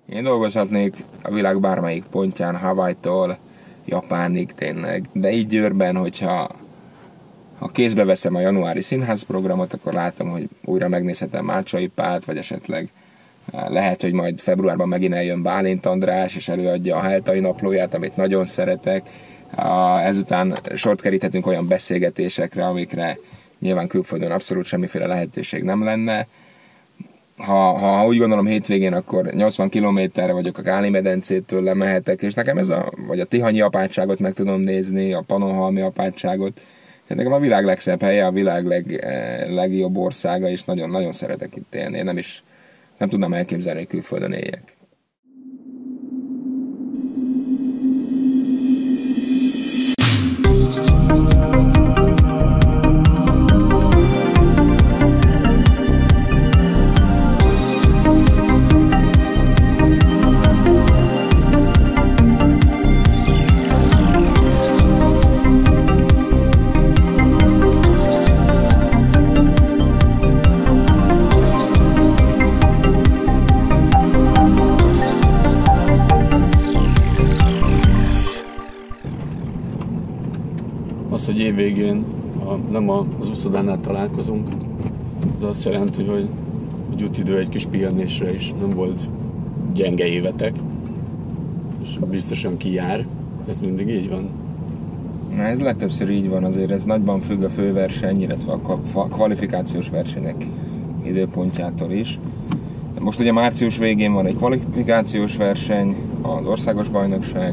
Én dolgozhatnék a világ bármelyik pontján, Hawaii-tól Japánig tényleg, de így Győrben, hogyha kézbe veszem a januári színházprogramot, akkor látom, hogy újra megnézhetem Mácsai Pált, vagy esetleg lehet, hogy majd februárban megint eljön Bálint András, és előadja a Heltai naplóját, amit nagyon szeretek. Ezután sort keríthetünk olyan beszélgetésekre, amikre nyilván külföldön abszolút semmiféle lehetőség nem lenne. Ha úgy gondolom hétvégén, akkor 80 kilométerre vagyok a Káli-medencétől, lemehetek, és nekem vagy a Tihanyi apátságot meg tudom nézni, a Pannonhalmi apátságot. Nekem a világ legszebb helye, a világ legjobb országa, és nagyon-nagyon szeretek itt élni. Én nem tudnám elképzelni, hogy külföldön éljek. Az, hogy évvégén nem az úszodánál találkozunk, az azt jelenti, hogy jut idő egy kis pihenésre is, nem volt gyenge évetek, és biztosan kijár. Ez mindig így van? Na, ez legtöbbször így van, azért ez nagyban függ a főverseny, illetve a kvalifikációs versenyek időpontjától is. Most ugye március végén van egy kvalifikációs verseny, az országos bajnokság,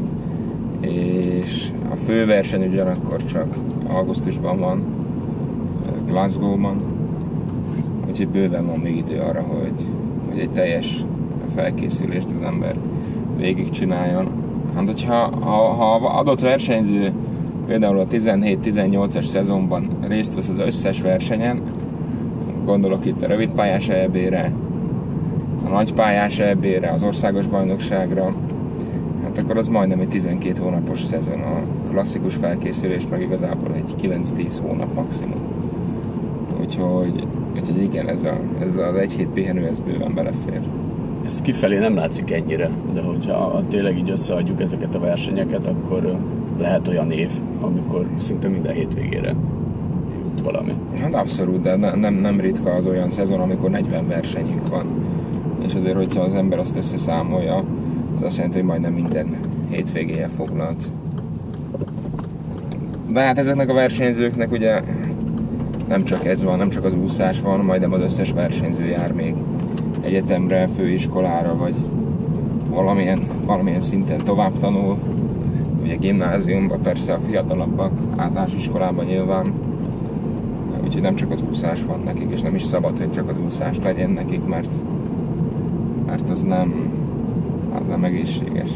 és a főverseny ugyanakkor csak augusztusban van, Glasgow-ban, úgyhogy bőven van még idő arra, hogy egy teljes felkészülést az ember végigcsináljon. Hát, hogyha adott versenyző például a 17-18-as szezonban részt vesz az összes versenyen, gondolok itt a rövidpályás EB-re, a nagypályás EB-re, az országos bajnokságra, hát akkor az majdnem egy 12 hónapos szezon. A klasszikus felkészülés meg igazából egy 9-10 hónap maximum. Úgyhogy igen, ez az egy hét pihenő, ez bőven belefér. Ez kifelé nem látszik ennyire, de hogyha tényleg így összeadjuk ezeket a versenyeket, akkor lehet olyan év, amikor szinte minden hétvégére jut valami. Hát abszolút, de nem ritka az olyan szezon, amikor 40 versenyünk van. És azért, hogyha az ember azt összeszámolja, az azt jelenti, hogy majdnem minden hétvégéje foglalt. De hát ezeknek a versenyzőknek ugye nem csak ez van, nem csak az úszás van, majdnem az összes versenyző jár még egyetemre, főiskolára, vagy valamilyen szinten tovább tanul. Ugye gimnáziumban, persze a fiatalabbak, általános iskolában nyilván. Úgyhogy nem csak az úszás van nekik, és nem is szabad, hogy csak az úszás legyen nekik, mert az nem egészséges.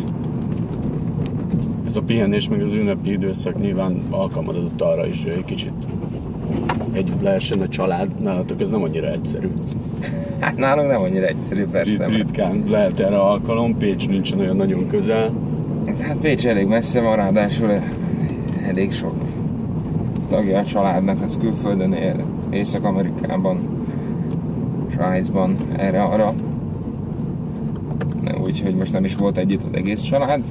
Ez a pihenés meg az ünnepi időszak nyilván alkalmazódott arra is, hogy egy kicsit együtt lehessen a család. Nálatok ez nem annyira egyszerű. Hát nálunk nem annyira egyszerű, persze. Ritkán lehet erre alkalom, Pécs nincsen olyan nagyon közel. Hát Pécs elég messze van, ráadásul elég sok tagja a családnak, az külföldön él, Észak-Amerikában, Svájcban, erre-arra. Úgyhogy most nem is volt együtt az egész család,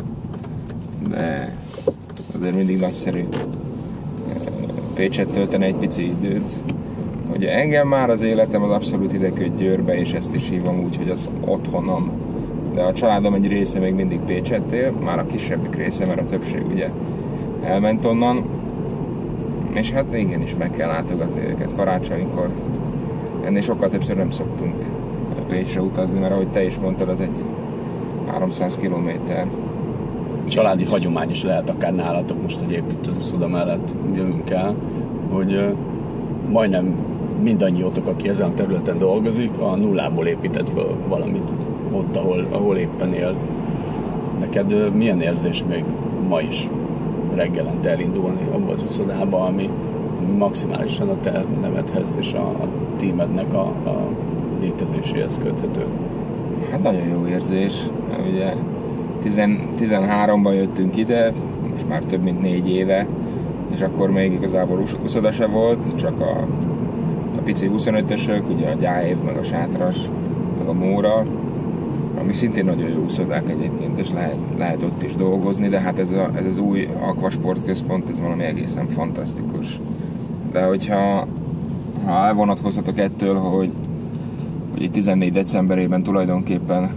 de azért mindig nagyszerű Pécset tölteni egy pici időt. Ugye engem már az életem az abszolút ide köt Győrbe, és ezt is hívom úgy, hogy az otthonom. De a családom egy része még mindig Pécset él, már a kisebbik része, mert a többség ugye elment onnan. És hát igenis meg kell látogatni őket karácsonykor. Ennél sokkal többször nem szoktunk Pécsre utazni, mert ahogy te is mondtad, az egy 300 kilométer. Családi hagyomány is lehet akár nálatok, most, hogy épp itt az uszoda mellett jövünk el, hogy majdnem mindannyiótok, aki ezen a területen dolgozik, a nullából épített fel valamit ott, ahol éppen él. Neked milyen érzés még ma is reggelente elindulni abba az uszodába, ami maximálisan a te nevedhez és a tímednek a létezéséhez köthető? Hát nagyon jó érzés. Ugye 13-ban jöttünk ide, most már több mint 4 éve, és akkor még igazából uszoda se volt, csak a pici 25-ösök, ugye a Gyáév, meg a Sátras, meg a Móra. ami szintén nagyon jó úszodák egyébként, és lehet ott is dolgozni, de hát ez az új akvasportközpont, ez valami egészen fantasztikus. De hogyha elvonatkozhatok ettől, hogy itt 14 decemberében tulajdonképpen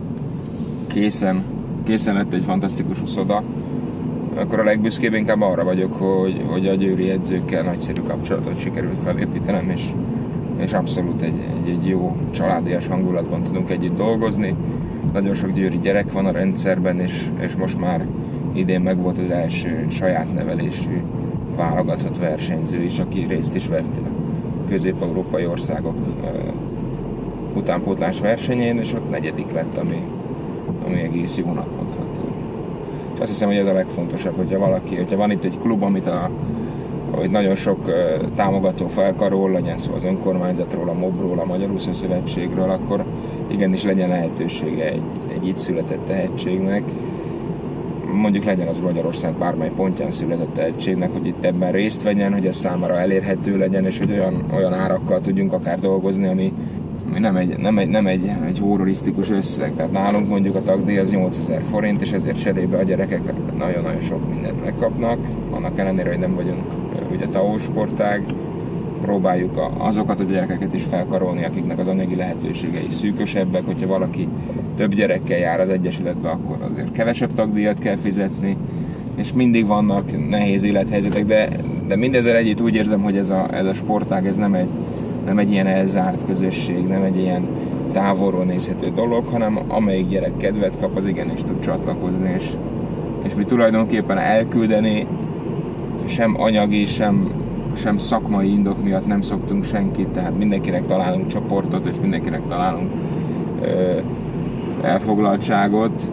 készen lett egy fantasztikus úszoda, akkor a legbüszkébb inkább arra vagyok, hogy a győri edzőkkel nagyszerű kapcsolatot sikerült felépítenem, és abszolút egy jó családias hangulatban tudunk együtt dolgozni. Nagyon sok győri gyerek van a rendszerben, és most már idén meg volt az első saját nevelésű válogatott versenyző is, aki részt is vett közép-európai országok utánpótlás versenyén, és ott 4. lett, ami egész jónak mondható. És azt hiszem, hogy ez a legfontosabb, hogyha van itt egy klub, amit nagyon sok támogató felkarol, legyen szó az önkormányzatról, a MOB-ról, a Magyar Úszó Szövetségről, akkor igenis legyen lehetősége egy itt született tehetségnek, mondjuk legyen az Magyarország bármely pontján született tehetségnek, hogy itt ebben részt vegyen, hogy ez számára elérhető legyen, és hogy olyan árakkal tudjunk akár dolgozni, ami nem egy horrorisztikus összeg. Tehát nálunk mondjuk a tagdíj az 8000 forint, és ezért cserébe a gyerekek nagyon-nagyon sok mindent megkapnak. Annak ellenére, hogy nem vagyunk ugye TAO sportág, próbáljuk azokat a gyerekeket is felkarolni, akiknek az anyagi lehetőségei szűkösebbek. Hogyha valaki több gyerekkel jár az egyesületbe, akkor azért kevesebb tagdíjat kell fizetni, és mindig vannak nehéz élethelyzetek, de mindezzel együtt úgy érzem, hogy ez a sportág ez nem egy ilyen elzárt közösség, nem egy ilyen távolról nézhető dolog, hanem amelyik gyerek kedvet kap, az igenis tud csatlakozni, és mi tulajdonképpen elküldeni sem anyagi, sem szakmai indok miatt nem szoktunk senkit, tehát mindenkinek találunk csoportot, és mindenkinek találunk elfoglaltságot.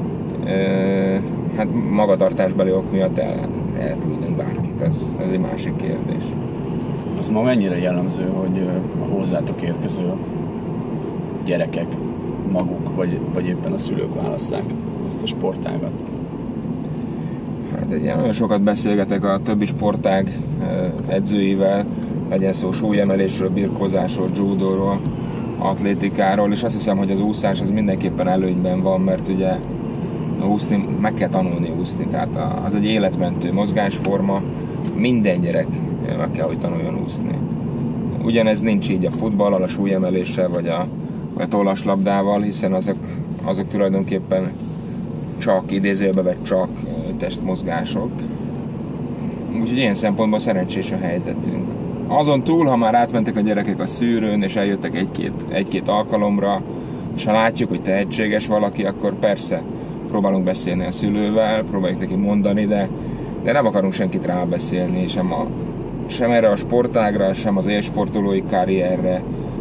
Hát magatartásbeli ok miatt elküldünk bárkit, ez egy másik kérdés. Az ma mennyire jellemző, hogy a hozzátok érkező gyerekek maguk, vagy éppen a szülők választják ezt a sportágat? Hát nagyon sokat beszélgetek a többi sportág edzőivel, legyen szó súlyemelésről, birkózásról, judóról, atlétikáról, és azt hiszem, hogy az úszás az mindenképpen előnyben van, mert ugye úszni, meg kell tanulni úszni, tehát az egy életmentő mozgásforma, minden gyerek meg kell, hogy tanuljon úszni. Ugyanez nincs így a futballal, a súlyemeléssel, vagy a tollaslabdával, hiszen azok tulajdonképpen csak idézőjelbe vett csak testmozgások. Úgyhogy ilyen szempontból szerencsés a helyzetünk. Azon túl, ha már átmentek a gyerekek a szűrőn, és eljöttek egy-két alkalomra, és ha látjuk, hogy tehetséges valaki, akkor persze próbálunk beszélni a szülővel, próbáljuk neki mondani, de nem akarunk senkit rábeszélni, sem erre a sportágra, sem az élsportolói karrierre,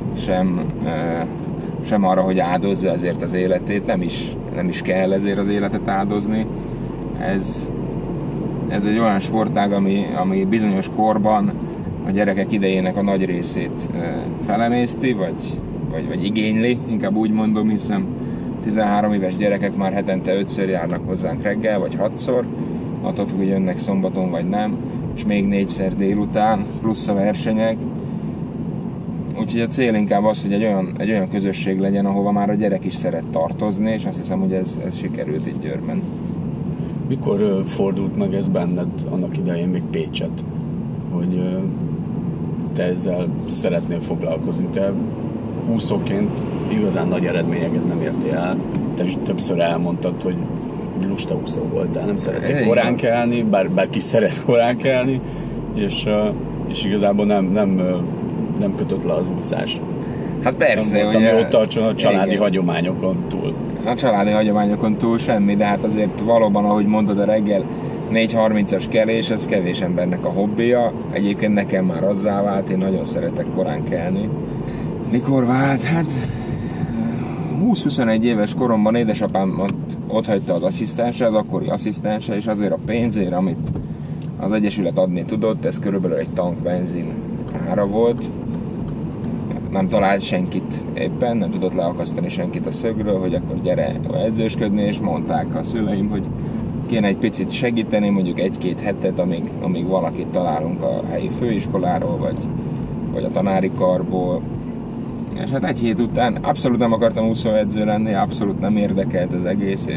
sem arra, hogy áldozza ezért az életét, nem is kell ezért az életet áldozni. Ez egy olyan sportág, ami bizonyos korban a gyerekek idejének a nagy részét felemészti, vagy igényli, inkább úgy mondom, hiszen 13 éves gyerekek már hetente 5-ször járnak hozzánk reggel, vagy 6-szor, attól függ, hogy jönnek szombaton, vagy nem, és még 4-szer délután, plusz a versenyek. Úgyhogy a cél inkább az, hogy egy olyan közösség legyen, ahova már a gyerek is szeret tartozni, és azt hiszem, hogy ez sikerült itt Győrben. Mikor fordult meg ez benned annak idején még Pécset, hogy te ezzel szeretnél foglalkozni? Te úszóként igazán nagy eredményeket nem értél el. Te is többször elmondtad, hogy lusta úszó voltál, nem szerettél korán kelni, bár ki szeret korán kelni, és igazából nem kötött le az úszás. Hát persze, nem voltam ott a családi igen. hagyományokon túl. A családi hagyományokon túl semmi, de hát azért valóban, ahogy mondod, a reggel 4:30-as kelés, ez kevés embernek a hobbija. Egyébként nekem már azzá vált, én nagyon szeretek korán kelni. Mikor vált? Hát 20-21 éves koromban édesapám ott hagyta az asszisztense, az akkori asszisztense, és azért a pénzért, amit az egyesület adni tudott, ez körülbelül egy tank benzin ára volt. Nem talált senkit éppen, nem tudott leakasztani senkit a szögről, hogy akkor gyere edzősködni, és mondták a szüleim, hogy kéne egy picit segíteni, mondjuk 1-2 hetet, amíg valakit találunk a helyi főiskoláról, vagy a tanári karból. És hát egy hét után abszolút nem akartam úszóedző lenni, abszolút nem érdekelt az egész,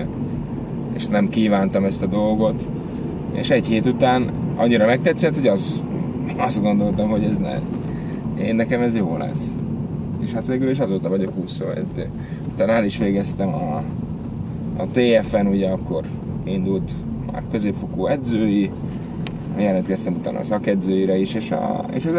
és nem kívántam ezt a dolgot. És egy hét után annyira megtetszett, hogy azt gondoltam, hogy nekem ez jó lesz. És hát végül is azóta vagyok úszóedző. Utána el is végeztem a TF-en, ugye akkor indult már középfokú edzői, jelentkeztem utána a szakedzőire is, és az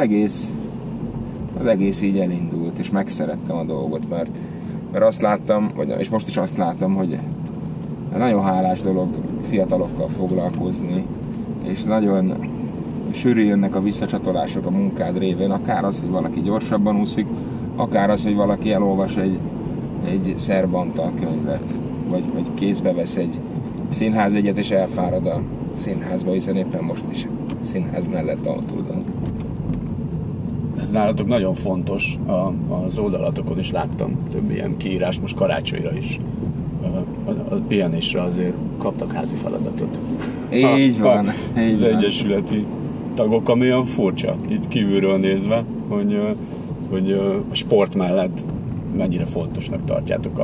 egész így elindult, és megszerettem a dolgot, mert azt láttam, és most is azt látom, hogy nagyon hálás dolog fiatalokkal foglalkozni, és nagyon sűrű jönnek a visszacsatolások a munkád révén, akár az, hogy valaki gyorsabban úszik, akár az, hogy valaki elolvas egy Szerbantal könyvet, vagy kézbe vesz egy színházjegyet, és elfárad a színházba, hiszen éppen most is színház mellett autózunk. Ez nálatok nagyon fontos, az oldalatokon is láttam több ilyen kiírás, most karácsonyra is. A pihenésre azért kaptak házi feladatot. Így van. Az egyesületi tagok, ami olyan furcsa, itt kívülről nézve, hogy a sport mellett mennyire fontosnak tartjátok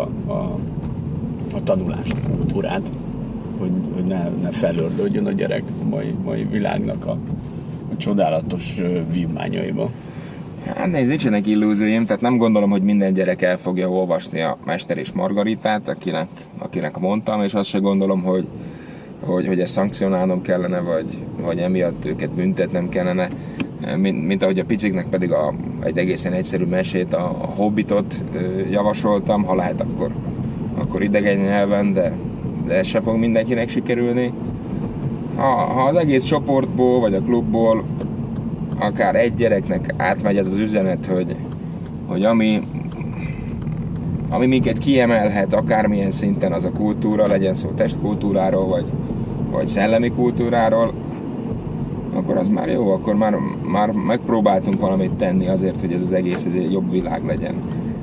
a tanulást, a kultúrát, hogy ne felördödjön a gyerek a mai világnak a csodálatos vívmányaiba. Hát nézd, nincsenek illúzióim, tehát nem gondolom, hogy minden gyerek el fogja olvasni a Mester és Margaritát, akinek mondtam, és azt se gondolom, hogy ezt szankcionálnom kellene, vagy emiatt őket büntetnem kellene, mint ahogy a piciknek pedig egy egészen egyszerű mesét, a Hobbitot javasoltam, ha lehet akkor idegen nyelven, de ez se fog mindenkinek sikerülni. Ha az egész csoportból, vagy a klubból akár egy gyereknek átmegy az üzenet, hogy ami minket kiemelhet akármilyen szinten, az a kultúra, legyen szó testkultúráról, vagy szellemi kultúráról, akkor az már jó, akkor már megpróbáltunk valamit tenni azért, hogy ez az egész egy jobb világ legyen.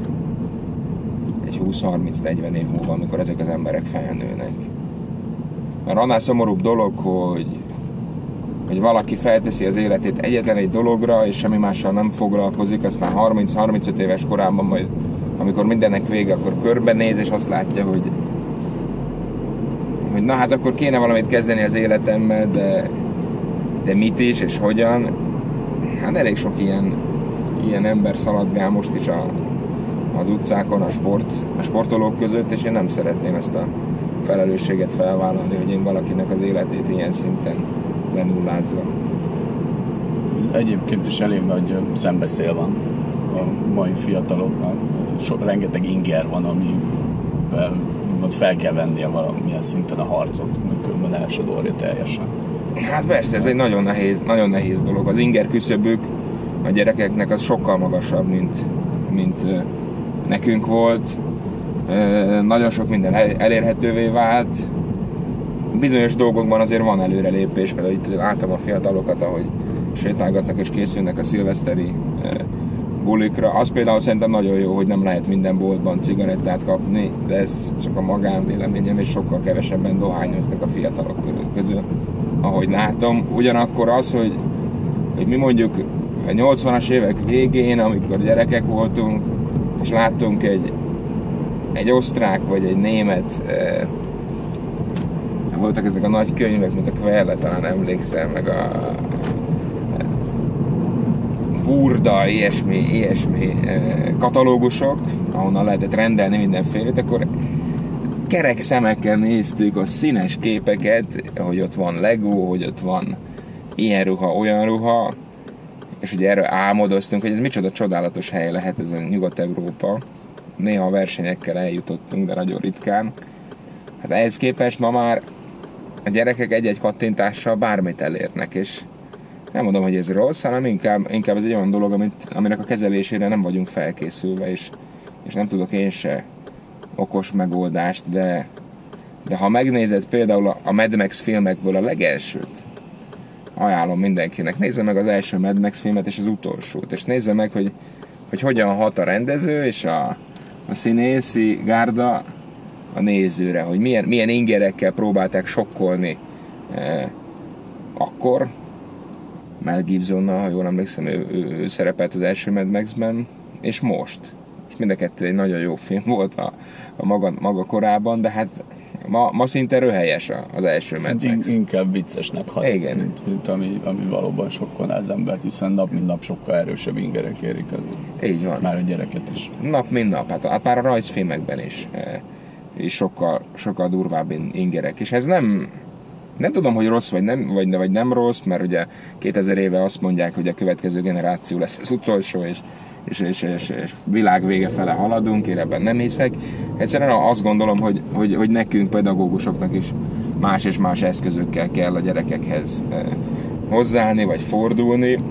Egy 20-30-40 év múlva, amikor ezek az emberek felnőnek. Mert annál szomorúbb dolog, hogy valaki felteszi az életét egyetlen egy dologra, és semmi mással nem foglalkozik, aztán 30-35 éves korában majd, amikor mindennek vége, akkor körbenéz, és azt látja, hogy na hát akkor kéne valamit kezdeni az életemmel, de mit is, és hogyan. Hát elég sok ilyen ember szaladgál most is az utcákon, a sportolók között, és én nem szeretném ezt a felelősséget felvállalni, hogy én valakinek az életét ilyen szinten lenullázzam. Ez egyébként is elég nagy szembeszél van a mai fiataloknak. Rengeteg inger van, amivel fel kell vennie valamilyen szinten a harcot, mert különben elsodorja teljesen. Hát persze, ez egy nagyon nehéz dolog. Az inger küszöbük a gyerekeknek az sokkal magasabb, mint nekünk volt. Nagyon sok minden elérhetővé vált. Bizonyos dolgokban azért van előrelépés, például itt látom a fiatalokat, ahogy sétálgatnak és készülnek a szilveszteri bulikra. Az például szerintem nagyon jó, hogy nem lehet minden boltban cigarettát kapni, de ez csak a magánvéleményem, és sokkal kevesebben dohányoznak a fiatalok közül, ahogy látom. Ugyanakkor az, hogy mi mondjuk a 80-as évek végén, amikor gyerekek voltunk, és láttunk egy osztrák vagy egy német, voltak ezek a nagy könyvek, mint a Quelle, talán emlékszem, meg a Burda, ilyesmi katalógusok, ahonnan lehetett rendelni mindenfélét, akkor kerek szemekkel néztük a színes képeket, hogy ott van Lego, hogy ott van ilyen ruha, olyan ruha, és ugye erről álmodoztunk, hogy ez micsoda csodálatos hely lehet ez a Nyugat-Európa. Néha versenyekkel eljutottunk, de nagyon ritkán. Hát ehhez képest ma már a gyerekek egy-egy kattintással bármit elérnek, és nem mondom, hogy ez rossz, hanem inkább ez egy olyan dolog, aminek a kezelésére nem vagyunk felkészülve, és nem tudok én se okos megoldást, de ha megnézed például a Mad Max filmekből a legelsőt, ajánlom mindenkinek, nézze meg az első Mad Max filmet és az utolsót, és nézze meg, hogy hogyan hat a rendező és a színészi gárda a nézőre, hogy milyen ingerekkel próbálták sokkolni akkor. Mel Gibsonnal, ha jól emlékszem, ő szerepelt az első Mad Max-ben, és most. És mind a kettő egy nagyon jó film volt a maga korában, de hát ma szinte röhelyes az első Mad Max. Inkább viccesnek hat, mint ami valóban sokkolná az embert, hiszen nap mint nap sokkal erősebb ingerek érik így van. Már a gyereket is. Nap mint nap, hát már a rajzfilmekben is sokkal durvább ingerek. És ez nem tudom, hogy rossz vagy nem rossz, mert ugye 2000 éve azt mondják, hogy a következő generáció lesz az utolsó, és világ vége fele haladunk, én ebben nem hiszek. Egyszerűen azt gondolom, hogy nekünk pedagógusoknak is más és más eszközökkel kell a gyerekekhez hozzáállni, vagy fordulni,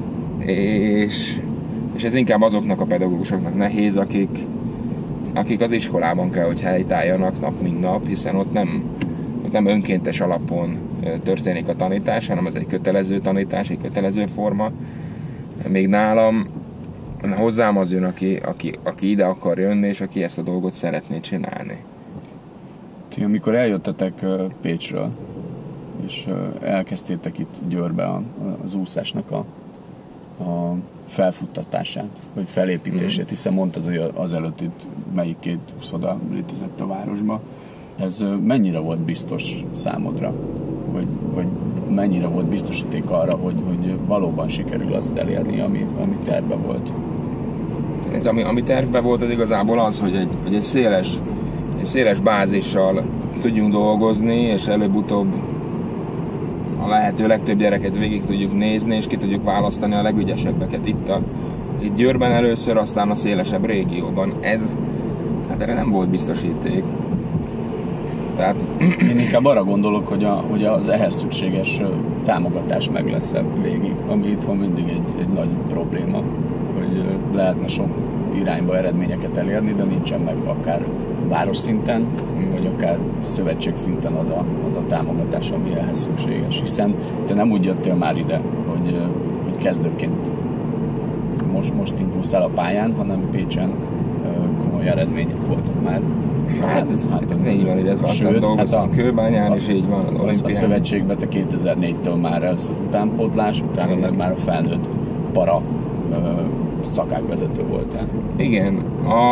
és ez inkább azoknak a pedagógusoknak nehéz, akik az iskolában kell, hogy helytálljanak nap mint nap, hiszen ott nem önkéntes alapon történik a tanítás, hanem ez egy kötelező tanítás, egy kötelező forma. Még nálam hozzám az jön, aki ide akar jönni, és aki ezt a dolgot szeretné csinálni. Ti, amikor eljöttetek Pécsről, és elkezdtétek itt Győrbe az úszásnak a felfuttatását, vagy felépítését, hiszen mondtad, hogy azelőtt itt melyik 2 úszoda létezett a városban. Ez mennyire volt biztos számodra? Vagy mennyire volt biztosíték arra, hogy valóban sikerül azt elérni, ami tervben volt? Ez, ami tervben volt, az igazából az, hogy egy széles bázissal tudjunk dolgozni, és előbb-utóbb a lehető legtöbb gyereket végig tudjuk nézni, és ki tudjuk választani a legügyesebbeket itt Győrben először, aztán a szélesebb régióban. Hát erre nem volt biztosíték. Tehát... Én inkább arra gondolok, hogy az ehhez szükséges támogatás meg lesz végig, ami itthon mindig egy nagy probléma, hogy lehetne sok irányba eredményeket elérni, de nincsen meg akár város szinten, vagy akár szövetség szinten az a támogatás, ami ehhez szükséges. Hiszen te nem úgy jöttél már ide, hogy kezdőként most indulsz el a pályán, hanem Pécsen komoly eredmények voltak már. Hát ez így van, illetve aztán dolgoztam Kőbányán, és így van az olimpián. A szövetségben te 2004-től már először az utánpótlás, utána meg már a felnőtt para szakágvezető voltál. Igen.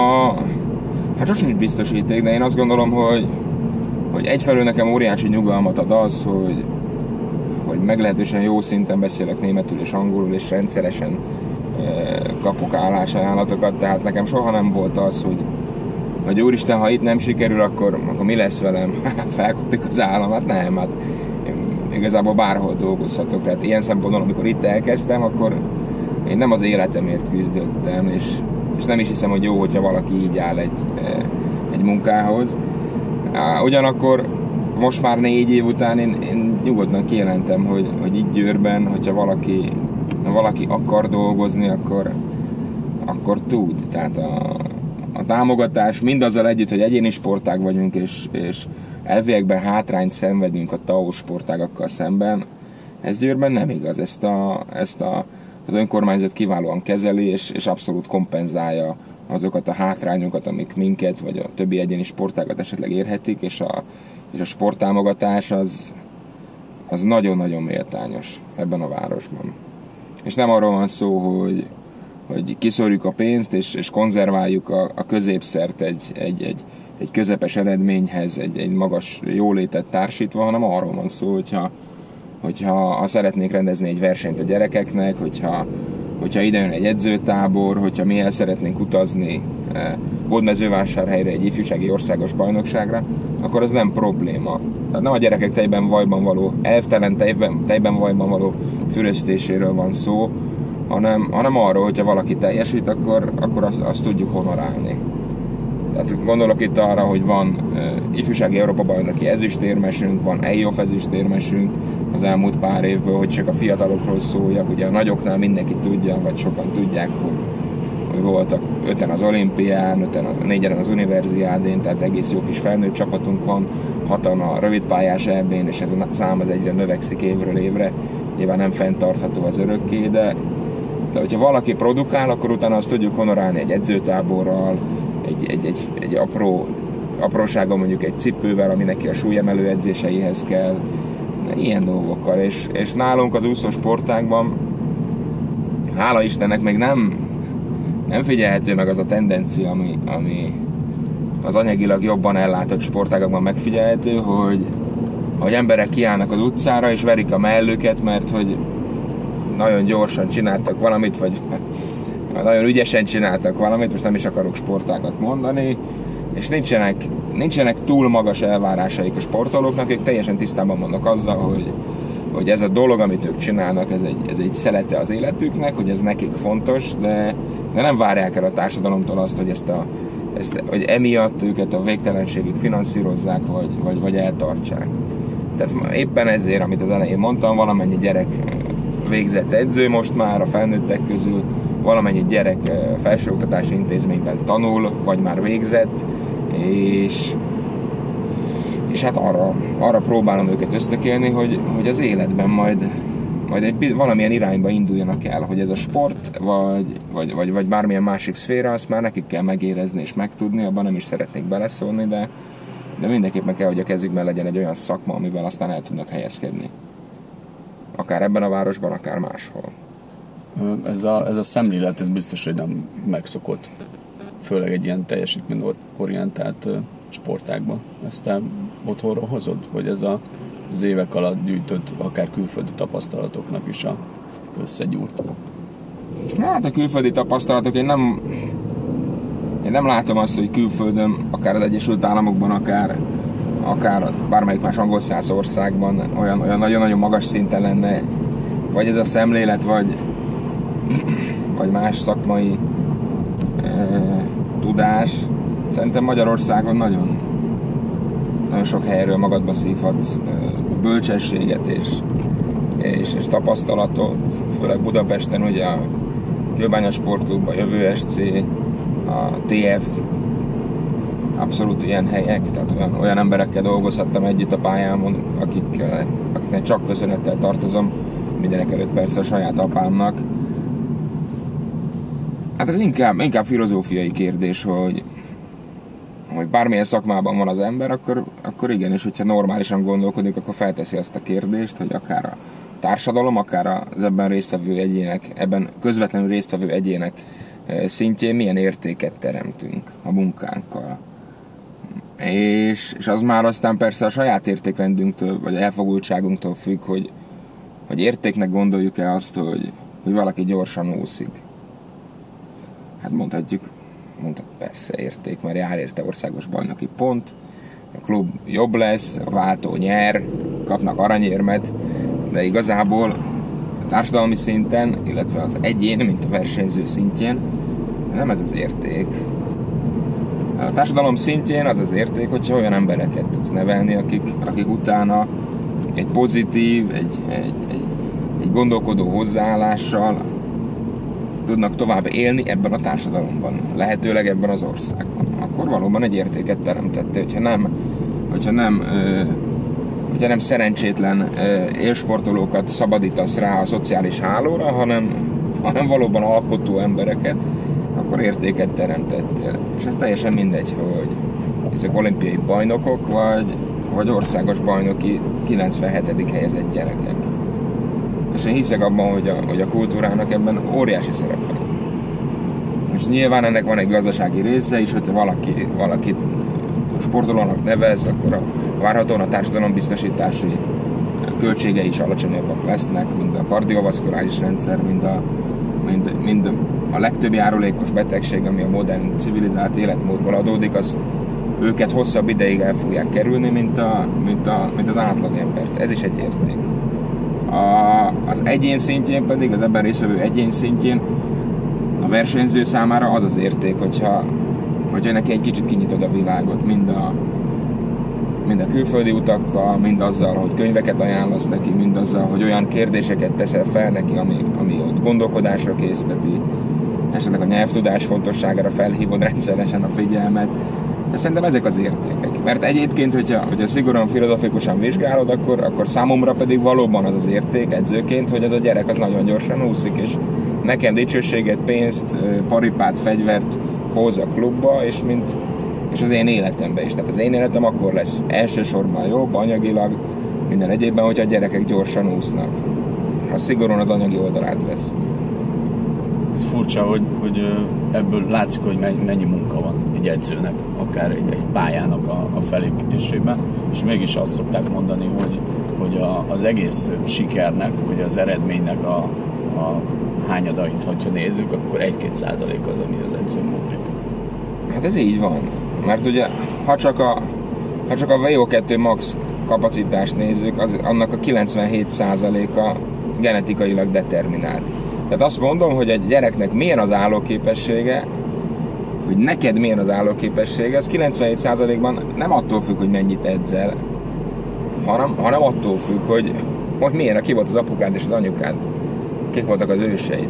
Hát sosincs biztosíték, de én azt gondolom, hogy egyfelől nekem óriási nyugalmat ad az, hogy meglehetősen jó szinten beszélek németül és angolul, és rendszeresen kapok állásajánlatokat, tehát nekem soha nem volt az, hogy úristen, ha itt nem sikerül, akkor mi lesz velem? Felkopik az állam? Hát nem, hát igazából bárhol dolgozhatok. Tehát ilyen szempontból, amikor itt elkezdtem, akkor én nem az életemért küzdöttem, és nem is hiszem, hogy jó, hogyha valaki így áll egy munkához. Ugyanakkor most már 4 év után én nyugodtan kijelentem, hogy itt Győrben, hogyha valaki akar dolgozni, akkor tud. Tehát a támogatás mindazzal együtt, hogy egyéni sportág vagyunk, és elviekben hátrányt szenvedünk a TAO sportágakkal szemben, ez Győrben nem igaz. Ezt az önkormányzat kiválóan kezeli, és abszolút kompenzálja azokat a hátrányokat, amik minket, vagy a többi egyéni sportágat esetleg érhetik, és a sporttámogatás az nagyon-nagyon méltányos ebben a városban. És nem arról van szó, hogy kiszorjuk a pénzt, és konzerváljuk a középszert egy közepes eredményhez, egy magas jólétet társítva, hanem arról van szó, hogyha szeretnék rendezni egy versenyt a gyerekeknek, hogyha ide jön egy edzőtábor, hogyha mi el szeretnénk utazni Hódmezővásárhelyre egy ifjúsági országos bajnokságra, akkor az nem probléma. Tehát nem a gyerekek tejben vajban való, elvtelen tejben vajban való füröztéséről van szó, hanem arról, hogyha valaki teljesít, akkor azt tudjuk honorálni. Tehát gondolok itt arra, hogy van ifjúsági Európa-bajnoki ezüstérmesünk, van EIOF ezüstérmesünk az elmúlt pár évből, hogy csak a fiatalokról szóljak. Ugye a nagyoknál mindenki tudja, vagy sokan tudják, hogy voltak 5-en az olimpián, 4-en az univerziádén, tehát egész jó kis felnőtt csapatunk van, 6-an a rövidpályás EB-n, és ez a szám az egyre növekszik évről évre. Nyilván nem fenntartható az örökké, de hogyha valaki produkál, akkor utána azt tudjuk honorálni egy edzőtáborral, egy aprósága, mondjuk egy cipővel, ami neki a súlyemelő edzéseihez kell, ilyen dolgokkal. És nálunk az úszósportágban, hála Istennek, még nem figyelhető meg az a tendencia, ami az anyagilag jobban ellátott sportágakban megfigyelhető, hogy emberek kiállnak az utcára és verik a mellüket, mert hogy nagyon gyorsan csináltak valamit, vagy nagyon ügyesen csináltak valamit, most nem is akarok sportágat mondani, és nincsenek túl magas elvárásaik a sportolóknak, ők teljesen tisztában vannak azzal, hogy ez a dolog, amit ők csinálnak, ez egy szelete az életüknek, hogy ez nekik fontos, de nem várják el a társadalomtól azt, hogy emiatt őket a végtelenségig finanszírozzák, vagy eltartsák. Tehát éppen ezért, amit az elején mondtam, valamennyi gyerek végzett edző most már a felnőttek közül, valamennyi gyerek felsőoktatási intézményben tanul, vagy már végzett, és hát arra próbálom őket ösztökélni, hogy az életben majd valamilyen irányba induljanak el, hogy ez a sport, vagy bármilyen másik szféra, azt már nekik kell megérezni és megtudni, abban nem is szeretnék beleszólni, de mindenképpen kell, hogy a kezükben legyen egy olyan szakma, amivel aztán el tudnak helyezkedni. Akár ebben a városban, akár máshol. Ez a szemlélet, ez biztos, hogy nem megszokott. Főleg egy ilyen teljesítményorientált sportágban. Ezt te otthonról hozod? Vagy ez az évek alatt gyűjtött, akár külföldi tapasztalatoknak is a összegyúrt? Hát a külföldi tapasztalatok, én nem látom azt, hogy külföldön, akár az Egyesült Államokban, akár bármelyik más angol száz országban olyan nagyon-nagyon magas szinten lenne, vagy ez a szemlélet, vagy más szakmai tudás. Szerintem Magyarországon nagyon sok helyről magadba szívhatsz bölcsességet és tapasztalatot, főleg Budapesten, ugye a Kőbánya Sportklub, a Jövő SC, a TF, abszolút ilyen helyek, tehát olyan emberekkel dolgozhattam együtt a pályámon, akiknek csak köszönettel tartozom, mindenek előtt persze a saját apámnak. Hát ez inkább filozófiai kérdés, hogy bármilyen szakmában van az ember, akkor igenis, hogyha normálisan gondolkodik, akkor felteszi azt a kérdést, hogy akár a társadalom, akár az ebben résztvevő egyének, ebben közvetlenül résztvevő egyének szintjén milyen értéket teremtünk a munkánkkal. És az már aztán persze a saját értékrendünktől, vagy elfogultságunktól függ, hogy értéknek gondoljuk-e azt, hogy valaki gyorsan úszik. Hát mondhatjuk persze érték, mert jár érte országos bajnoki pont, a klub jobb lesz, a váltó nyer, kapnak aranyérmet, de igazából a társadalmi szinten, illetve az egyén, mint a versenyző szintjén, nem ez az érték. A társadalom szintjén az érték, hogyha olyan embereket tudsz nevelni, akik utána egy pozitív, egy gondolkodó hozzáállással tudnak tovább élni ebben a társadalomban, lehetőleg ebben az országban. Akkor valóban egy értéket teremtette, hogyha nem szerencsétlen élsportolókat szabadítasz rá a szociális hálóra, hanem valóban alkotó embereket, akkor értéket teremtettél. És ez teljesen mindegy, hogy ezek olimpiai bajnokok, vagy országos bajnoki 97. helyezett gyerekek. És én hiszek abban, hogy a kultúrának ebben óriási szerepe van. És nyilván ennek van egy gazdasági része is, hogyha valaki sportolónak nevez, akkor várhatóan a társadalombiztosítási költségei is alacsonyabbak lesznek, mint a kardiovaszkuláris rendszer, mind a legtöbb járulékos betegség, ami a modern civilizált életmódból adódik, azt őket hosszabb ideig el fogják kerülni, mint az átlagembert. Ez is egy érték. Az egyén szintjén pedig, az ebben résztvevő egyén szintjén a versenyző számára az érték, hogyha neki egy kicsit kinyitod a világot, mind a külföldi utakkal, mind azzal, hogy könyveket ajánlasz neki, mind azzal, hogy olyan kérdéseket teszel fel neki, ami ott gondolkodásra készteti, esetleg a nyelvtudás fontosságára felhívod rendszeresen a figyelmet. De szerintem ezek az értékek. Mert egyébként, hogyha szigorúan filozofikusan vizsgálod, akkor számomra pedig valóban az érték edzőként, hogy ez a gyerek az nagyon gyorsan úszik, és nekem dicsőséget, pénzt, paripát, fegyvert hoz a klubba, és az én életemben is. Tehát az én életem akkor lesz elsősorban jobb, anyagilag, minden egyébben, hogyha a gyerekek gyorsan úsznak. Ha szigorúan az anyagi oldalát vesz. Ez furcsa, hogy ebből látszik, hogy mennyi munka van egy edzőnek, akár egy pályának a felépítésében, és mégis azt szokták mondani, hogy az egész sikernek, vagy az eredménynek a hányadait, hogyha nézzük, akkor 1-2% az, ami az edzőn múlik. Hát ez így van. Mert ugye, ha csak a VO2 max kapacitást nézzük, annak a 97%-a genetikailag determinált. Tehát azt mondom, hogy egy gyereknek milyen az állóképessége, hogy neked milyen az állóképessége, az 97%-ban nem attól függ, hogy mennyit edzel, hanem attól függ, hogy milyen, ki volt az apukád és az anyukád, kik voltak az őseid.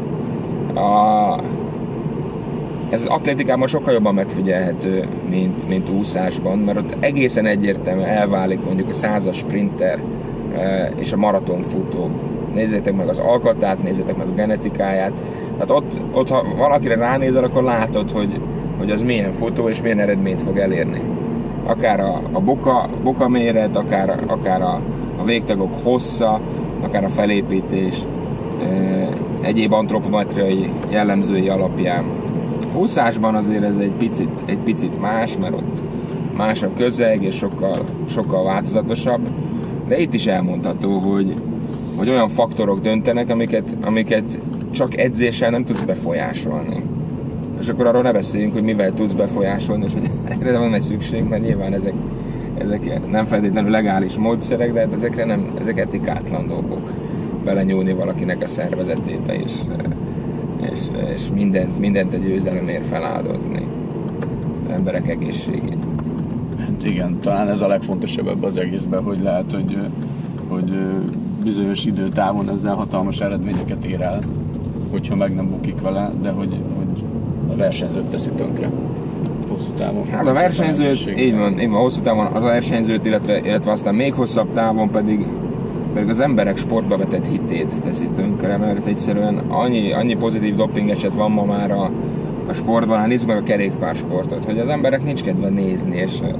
Ez az atlétikában sokkal jobban megfigyelhető, mint úszásban, mert ott egészen egyértelműen elválik mondjuk a 100-as sprinter és a maratonfutó. Nézzétek meg az alkatát, nézzétek meg a genetikáját. Tehát ott ha valakire ránézel, akkor látod, hogy az milyen futó és milyen eredményt fog elérni. Akár a boka méret, akár a végtagok hossza, akár a felépítés, egyéb antropometriai jellemzői alapján. Úszásban azért ez egy picit más, mert ott más a közeg és sokkal változatosabb, de itt is elmondható, hogy olyan faktorok döntenek, amiket csak edzéssel nem tudsz befolyásolni. És akkor arról ne beszéljünk, hogy mivel tudsz befolyásolni, és hogy erre van egy szükség, mert nyilván ezek nem feltétlenül legális módszerek, de ezek etikátlan dolgok. Belenyúlni valakinek a szervezetébe, és mindent a győzelemért feláldozni az emberek egészségét. Hát igen, talán ez a legfontosabb ebben az egészben, hogy lehet, hogy bizonyos időtávon ezzel hatalmas eredményeket ér el, hogyha meg nem bukik vele, de hogy a versenyzőt teszi tönkre hosszú távon. Hát a versenyzőt, így van, hosszú távon a versenyzőt, illetve aztán még hosszabb távon pedig az emberek sportba vetett hitét teszi tönkre, mert egyszerűen annyi pozitív doping eset van ma már a sportban, hát nézzük meg a kerékpársportot, hogy az emberek nincs kedve nézni,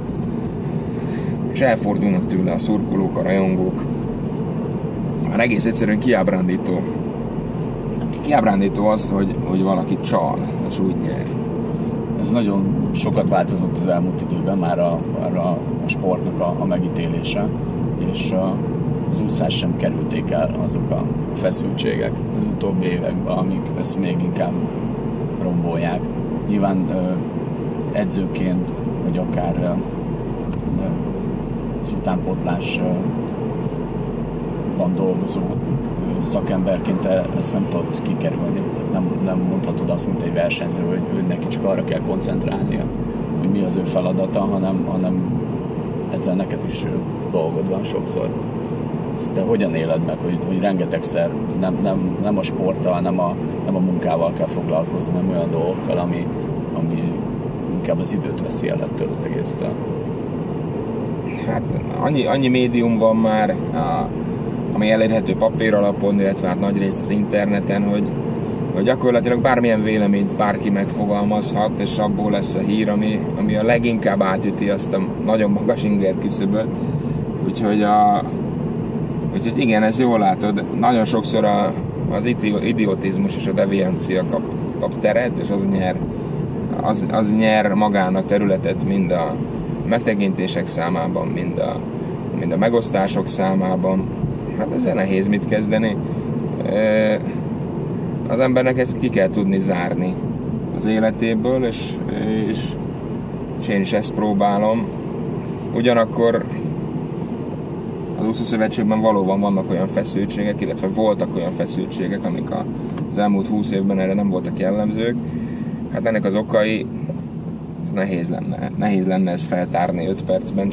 és elfordulnak tőle a szurkolók, a rajongók. Már egész egyszerűen kiábrándító. Kiábrándító az, hogy valaki csal, és úgy nyer. Ez nagyon sokat változott az elmúlt időben már a sportnak a megítélése, és az úszás sem kerülték el azok a feszültségek az utóbbi években, amik ezt még inkább rombolják. Nyilván edzőként, vagy akár az utánpótlásban dolgozó szakemberként ezt nem tudod kikerülni. Nem mondhatod azt, mint egy versenyző, hogy neki csak arra kell koncentrálnia, hogy mi az ő feladata, hanem ezzel neked is dolgod van sokszor. Ezt te hogyan éled meg, hogy rengetegszer nem a sporttal, nem a munkával kell foglalkozni, nem olyan dolgokkal, ami inkább az időt veszi el ettől az egésztől? Hát annyi médium van már, ami elérhető papír alapon, illetve hát nagyrészt az interneten, hogy gyakorlatilag bármilyen véleményt bárki megfogalmazhat, és abból lesz a hír, ami a leginkább átüti azt a nagyon magas inger küszöböt. Úgyhogy igen, ezt jól látod. Nagyon sokszor az idiotizmus és a deviancia kap teret, és az nyer magának területet mind a megtekintések számában, mind a megosztások számában. Hát ezzel nehéz mit kezdeni. Az embernek ezt ki kell tudni zárni az életéből, és én is ezt próbálom. Ugyanakkor az úszószövetségben valóban vannak olyan feszültségek, illetve voltak olyan feszültségek, amik az elmúlt 20 évben erre nem voltak jellemzők. Hát ennek az okai, ez nehéz lenne ezt feltárni 5 percben,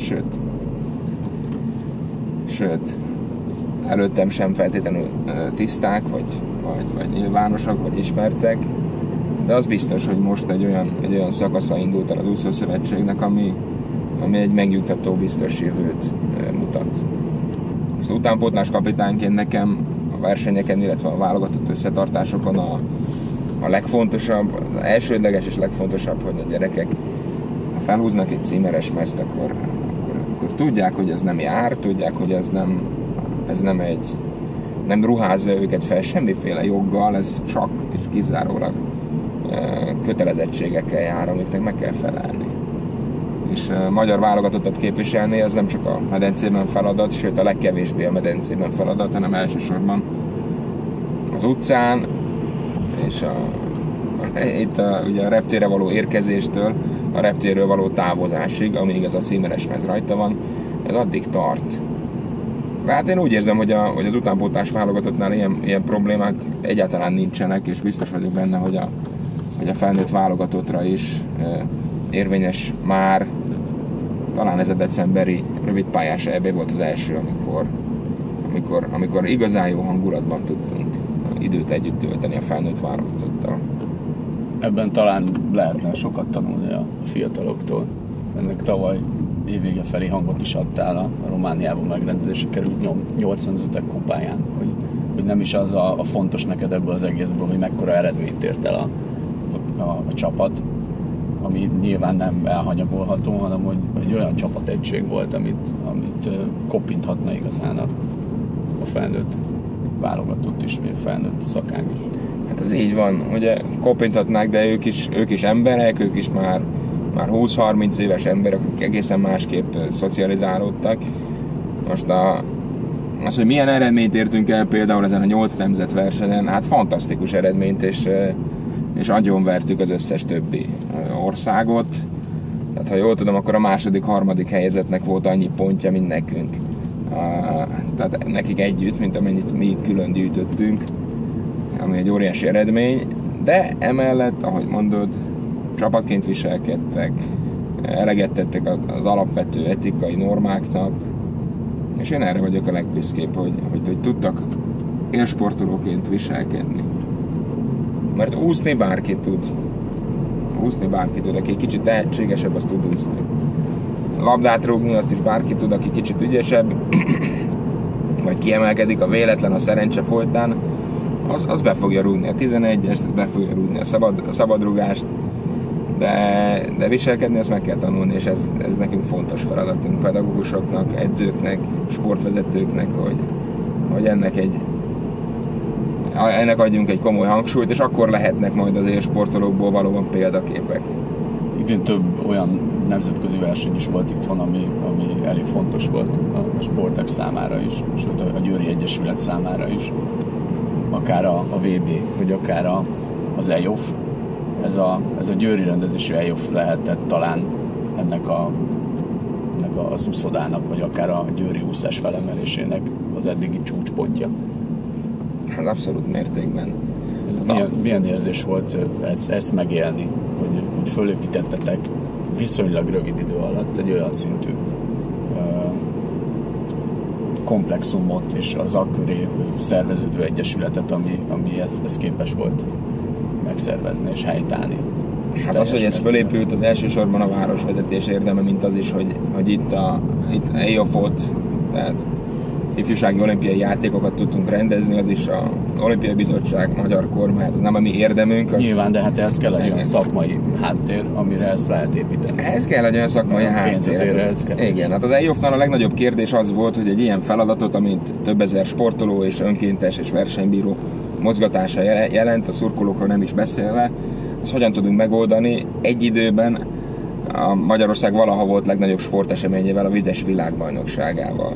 sőt, előttem sem feltétlenül tiszták, vagy nyilvánosak, vagy ismertek, de az biztos, hogy most egy olyan szakasza indult el az úszószövetségnek, ami egy megnyugtató biztos jövőt mutat. Most utánpótlás kapitányként nekem a versenyeken, illetve a válogatott összetartásokon a legfontosabb, az elsődleges és legfontosabb, hogy a gyerekek, ha felhúznak egy címeres mezt, akkor tudják, hogy ez nem jár, tudják, hogy ez nem ruházza őket fel semmiféle joggal, ez csak és kizárólag kötelezettségekkel jár, amiknek meg kell felelni. És a magyar válogatottat képviselni, ez nem csak a medencében feladat, sőt a legkevésbé a medencében feladat, hanem elsősorban az utcán, és ugye a reptérre való érkezéstől a reptérről való távozásig, amíg ez a címeres mez rajta van, ez addig tart. Hát én úgy érzem, hogy az utánpótlás válogatottnál ilyen problémák egyáltalán nincsenek, és biztos vagyok benne, hogy a felnőtt válogatottra is érvényes már. Talán ez a decemberi rövidpályás EB volt az első, amikor igazán jó hangulatban tudtunk időt együtt tölteni a felnőtt válogatottal. Ebben talán lehetne sokat tanulni a fiataloktól. Ennek tavaly évvége felé hangot is adtál a Romániában megrendezésre került 8 nemzetek kupáján, hogy nem is az a fontos neked ebből az egészből, hogy mekkora eredményt ért el a csapat, ami nyilván nem elhanyagolható, hanem hogy olyan csapategység volt, amit kopinthatna igazán a felnőtt válogatott is, vagy a felnőtt szakánk is. Hát ez így van, ugye kopinthatnák, de ők is emberek, ők is már 20-30 éves emberek, akik egészen másképp szocializálódtak. Most az, hogy milyen eredményt értünk el például ezen a 8 nemzet versenyen, hát fantasztikus eredményt, és agyonvertük az összes többi országot. Tehát ha jól tudom, akkor a második-harmadik helyezetnek volt annyi pontja, mint nekünk. Tehát nekik együtt, mint amennyit mi külön gyűjtöttünk, ami egy óriási eredmény, de emellett, ahogy mondod, csapatként viselkedtek, eleget tettek az alapvető etikai normáknak, és én erre vagyok a legbüszkébb, hogy tudtak élsportolóként viselkedni. Mert úszni bárki tud. Aki kicsit tehetségesebb, azt tud úszni. Labdát rúgni, azt is bárki tud, aki kicsit ügyesebb, vagy kiemelkedik a véletlen, a szerencse folytán, az be fogja rúgni a 11-est, be fogja rúgni a szabadrúgást, de viselkedni ezt meg kell tanulni, és ez nekünk fontos feladatunk, pedagógusoknak, edzőknek, sportvezetőknek, hogy ennek adjunk egy komoly hangsúlyt, és akkor lehetnek majd az élsportolókból valóban példaképek. Idén több olyan nemzetközi verseny is volt itthon, ami elég fontos volt a sportek számára is, sőt a Győri Egyesület számára is. Akár a VB, vagy akár az EIOF. Ez a győri rendezésű EIOF lehetett talán ennek az úszodának, vagy akár a győri úszás felemelésének az eddigi csúcspontja. Hát abszolút mértékben. Milyen érzés volt ezt megélni, hogy fölépítettetek viszonylag rövid idő alatt egy olyan szintű komplexumot és az akköré szerveződő egyesületet, ami ezt képes volt megszervezni és helytállni. Hát az, hogy ez fölépült, az elsősorban a városvezetés érdeme, mint az is, hogy itt EIOF-ot, tehát ifjúsági olimpiai játékokat tudtunk rendezni, az is az Olimpiai Bizottság, magyar kormány, ez nem a mi érdemünk. Nyilván, de hát ez kell egy olyan szakmai háttér, amire ezt lehet építeni. Ez kell egy olyan szakmai háttér. Igen, hát az EIOF-nál a legnagyobb kérdés az volt, hogy egy ilyen feladatot, amit több ezer sportoló és önkéntes és versenybíró mozgatása jelent, a szurkolókról nem is beszélve, azt hogyan tudunk megoldani egy időben a Magyarország valaha volt legnagyobb sporteseményével, a vizes világbajnokságával.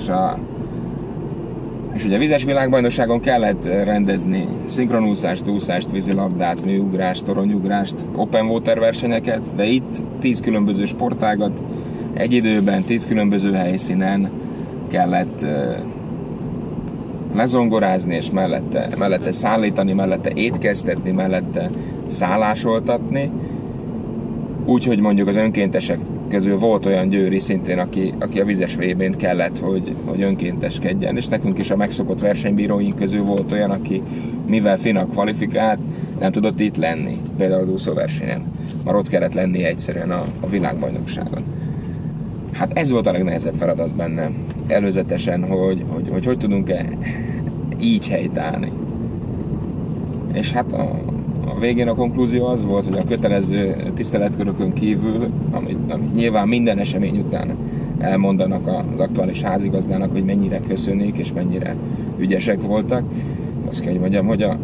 És ugye a vizes világbajnokságon kellett rendezni szinkronúszást, úszást, vízilabdát, műugrást, toronyugrást, open water versenyeket, de itt 10 különböző sportágat egy időben, 10 különböző helyszínen kellett lezongorázni, és mellette szállítani, mellette étkeztetni, mellette szállásoltatni. Úgyhogy mondjuk az önkéntesek közül volt olyan győri szintén, aki a vizes VB-n kellett, hogy önkénteskedjen, és nekünk is a megszokott versenybíróink közül volt olyan, aki mivel FINA kvalifikált, nem tudott itt lenni, például az úszóversenyen. Már ott kellett lenni egyszerűen a világbajnokságon. Hát ez volt a legnehezebb feladat benne, előzetesen, hogy tudunk-e így helytállni. És hát a végén a konklúzió az volt, hogy a kötelező tiszteletkörökön kívül, amit nyilván minden esemény után elmondanak az aktuális házigazdának, hogy mennyire köszönik és mennyire ügyesek voltak, azt kell, hogy mondjam, hogy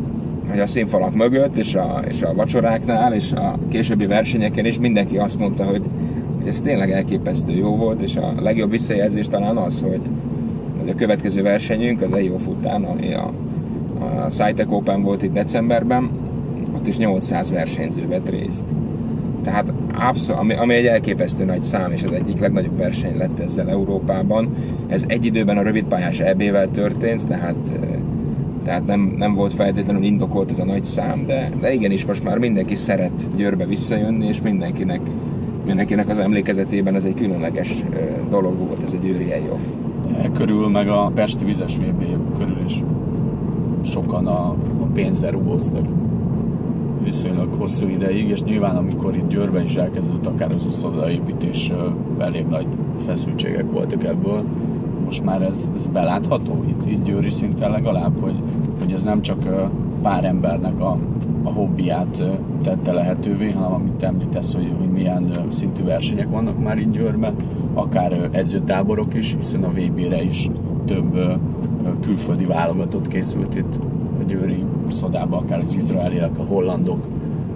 a színfalak mögött, és a vacsoráknál, és a későbbi versenyeken is mindenki azt mondta, hogy ez tényleg elképesztő jó volt, és a legjobb visszajelzés talán az, hogy a következő versenyünk, az EIOF után, ami a Scitec Open volt itt decemberben, ott is 800 versenyző vett részt. Tehát ami egy elképesztő nagy szám, és az egyik legnagyobb verseny lett ezzel Európában. Ez egy időben a rövidpályás EB-vel történt, tehát nem volt feltétlenül indokolt ez a nagy szám, de igenis most már mindenki szeret Győrbe visszajönni, és mindenkinek az emlékezetében ez egy különleges dolog volt, ez a győri EIOF. Körül meg a pesti vizes VB körül is sokan a pénzzel rugóztak viszonylag hosszú ideig, és nyilván amikor itt Győrben is elkezdődött akár az uszodaépítés, elég nagy feszültségek voltak ebből. Most már ez belátható itt győri szinten legalább, hogy ez nem csak pár embernek a hobbiját tette lehetővé, hanem amit említesz, hogy milyen szintű versenyek vannak már itt Győrben, akár edzőtáborok is, hiszen a VB-re is több külföldi válogatott készült itt a győri szodában, akár az izraeliek, a hollandok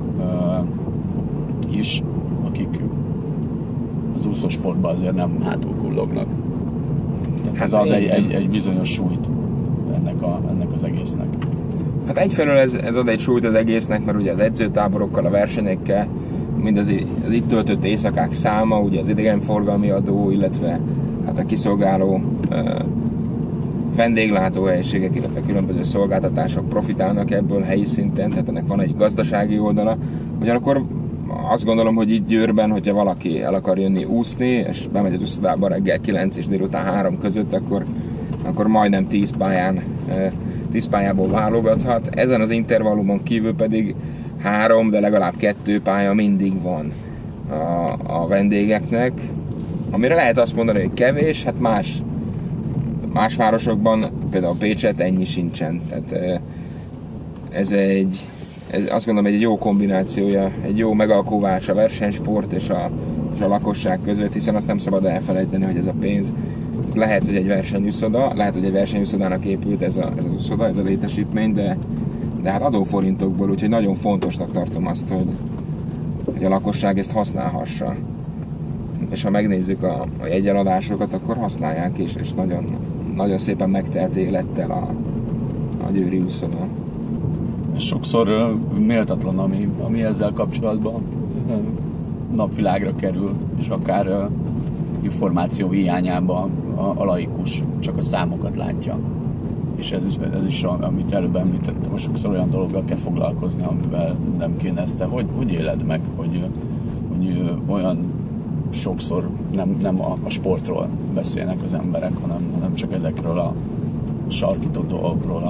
is, akik az úszósportban azért nem hátul kullognak. Ez ad egy bizonyos súlyt ennek az egésznek. Hát egyfelől ez ad egy súlyt az egésznek, mert ugye az edzőtáborokkal, a versenyekkel, mind az itt töltött éjszakák száma, ugye az idegenforgalmi adó, illetve hát a kiszolgáló vendéglátóhelyiségek, illetve különböző szolgáltatások profitálnak ebből helyi szinten, tehát ennek van egy gazdasági oldala. Ugyanakkor azt gondolom, hogy itt Győrben, hogyha valaki el akar jönni úszni, és bemegy az úszodába reggel 9 és délután 3 között, akkor majdnem 10 pályából válogathat. Ezen az intervallumon kívül pedig 3, de legalább 2 pálya mindig van a vendégeknek, amire lehet azt mondani, hogy kevés, hát más városokban, például Pécset ennyi sincsen. Tehát ez azt gondolom egy jó kombinációja, egy jó megalkuvás a versenysport és a lakosság között, hiszen azt nem szabad elfelejteni, hogy ez a pénz, ez lehet, hogy egy versenyúszoda, lehet, hogy egy versenyúszodának épült ez az úszoda, ez a létesítmény, de hát adóforintokból, úgyhogy nagyon fontosnak tartom azt, hogy a lakosság ezt használhassa. És ha megnézzük a jegyeladásokat, akkor használják is, és nagyon, nagyon szépen megtelt élettel a győri úszoda. Sokszor méltatlan, ami ezzel kapcsolatban napvilágra kerül, és akár információ hiányában a laikus csak a számokat látja. És ez is, amit előbb említettem, sokszor olyan dologgal kell foglalkozni, amivel nem kéne ezt. Hogy éled meg, hogy olyan sokszor nem a sportról beszélnek az emberek, hanem csak ezekről a sarkított dolgokról,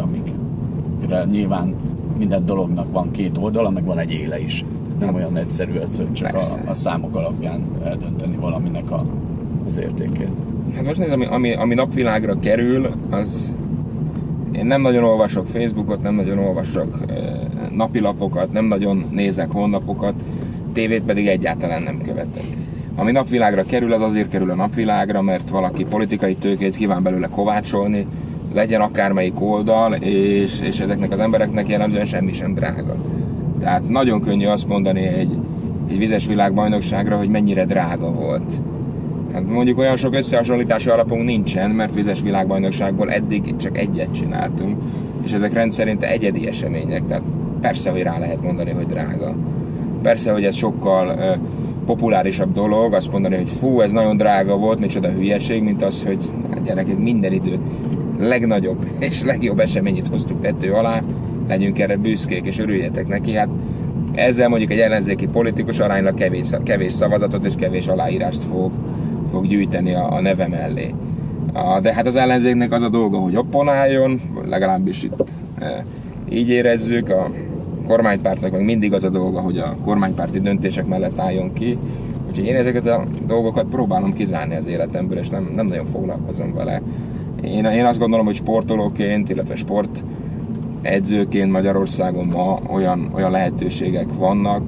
amikre nyilván minden dolognak van 2 oldala, meg van egy éle is. Nem olyan egyszerű ez, hogy csak a számok alapján eldönteni valaminek az értékét. Hát most nézd, ami napvilágra kerül, az én nem nagyon olvasok Facebookot, nem nagyon olvasok napilapokat, nem nagyon nézek honlapokat, tévét pedig egyáltalán nem követek. Ami napvilágra kerül, az azért kerül a napvilágra, mert valaki politikai tőkét kíván belőle kovácsolni, legyen akármelyik oldal, és ezeknek az embereknek jellemzően semmi sem drága. Tehát nagyon könnyű azt mondani egy vizes világbajnokságra, hogy mennyire drága volt. Hát mondjuk olyan sok összehasonlítási alapunk nincsen, mert vizes világbajnokságból eddig csak egyet csináltunk, és ezek rendszerint egyedi események, tehát persze, hogy rá lehet mondani, hogy drága. Persze, hogy ez sokkal populárisabb dolog, azt mondani, hogy fú, ez nagyon drága volt, micsoda hülyeség, mint az, hogy hát gyerekek, minden idő legnagyobb és legjobb eseményét hoztuk tető alá, legyünk erre büszkék és örüljetek neki. Hát ezzel mondjuk egy ellenzéki politikus aránylag kevés szavazatot és kevés aláírást fog gyűjteni a neve mellé. De hát az ellenzéknek az a dolga, hogy opponáljon, legalábbis itt így érezzük, a kormánypártnak meg mindig az a dolga, hogy a kormánypárti döntések mellett álljon ki. Úgyhogy én ezeket a dolgokat próbálom kizárni az életemből, és nem nagyon foglalkozom vele. Én azt gondolom, hogy sportolóként, illetve sportedzőként Magyarországon ma olyan lehetőségek vannak,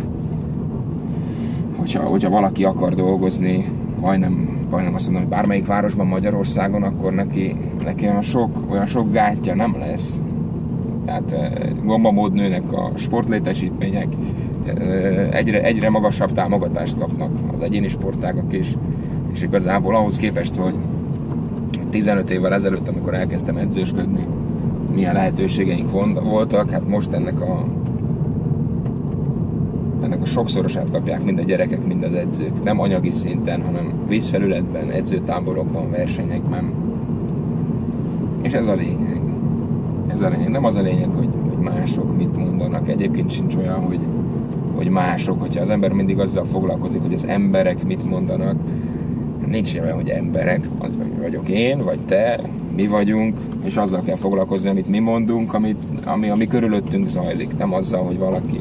hogyha valaki akar dolgozni, majdnem azt mondom, hogy bármelyik városban Magyarországon, akkor neki olyan sok gátja nem lesz. Tehát gombamód nőnek a sportlétesítmények, egyre magasabb támogatást kapnak az egyéni sportágak is, és igazából ahhoz képest, hogy 15 évvel ezelőtt, amikor elkezdtem edzősködni, milyen lehetőségeink voltak, hát most ennek a sokszorosát kapják mind a gyerekek, mind az edzők. Nem anyagi szinten, hanem vízfelületben, edzőtáborokban, versenyekben. És ez a lényeg. Nem az a lényeg, hogy mások mit mondanak. Egyébként sincs olyan, hogy mások, hogyha az ember mindig azzal foglalkozik, hogy az emberek mit mondanak. Nincs olyan, hogy emberek, vagyok én, vagy te, mi vagyunk, és azzal kell foglalkozni, amit mi mondunk, ami körülöttünk zajlik. Nem azzal, hogy valaki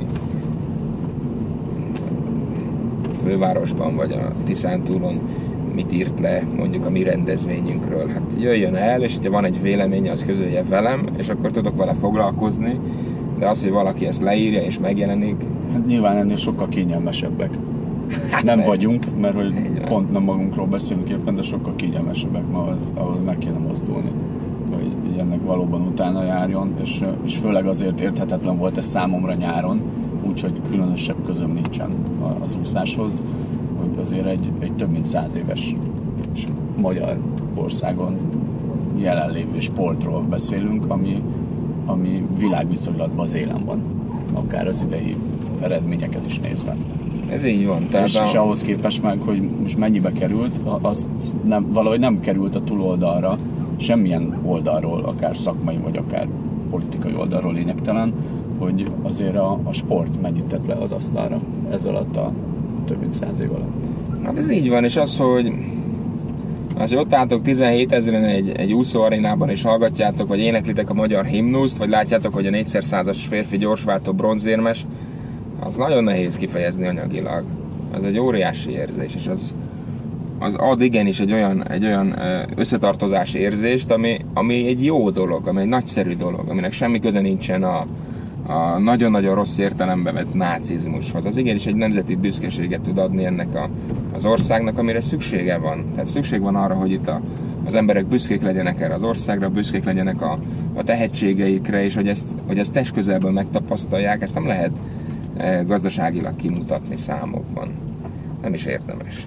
fővárosban, vagy a Tiszántúlon mit írt le mondjuk a mi rendezvényünkről. Hát jöjjön el, és ha van egy véleménye, az közölje velem, és akkor tudok vele foglalkozni, de az, hogy valaki ezt leírja és megjelenik... Hát nyilván ennél sokkal kényelmesebbek. Nem vagyunk, mert hogy pont nem magunkról beszélünk éppen, de sokkal kényelmesebbek ma, ahhoz meg kéne mozdulni, hogy ennek valóban utána járjon, és főleg azért érthetetlen volt ez számomra nyáron, úgyhogy különösebb közöm nincsen az úszáshoz, hogy azért egy több mint 100 éves Magyarországon jelenlévő sportról beszélünk, ami világviszonylatban az élen van, akár az idei eredményeket is nézve. Ez így van. És ahhoz képest meg, hogy most mennyibe került, az valahogy nem került a túloldalra, semmilyen oldalról, akár szakmai, vagy akár politikai oldalról lényegtelen, hogy azért a sport mennyit tett le az asztalra ez alatt a több mint 100 év alatt. Hát ez így van, és az, hogy ott álltok 17 ezeren egy úszóarénában, és hallgatjátok, vagy éneklitek a magyar himnuszt, vagy látjátok, hogy a 4x100-as férfi gyorsváltó bronzérmes, az nagyon nehéz kifejezni anyagilag. Az egy óriási érzés, és az ad igenis egy olyan összetartozási érzést, ami egy jó dolog, ami egy nagyszerű dolog, aminek semmi köze nincsen a nagyon-nagyon rossz értelembe vett nácizmushoz. Az igenis egy nemzeti büszkeséget tud adni ennek az országnak, amire szüksége van. Tehát szükség van arra, hogy itt az emberek büszkék legyenek erre az országra, büszkék legyenek a tehetségeikre, és hogy ezt testközelből megtapasztalják, ezt nem lehet gazdaságilag kimutatni számokban. Nem is érdemes.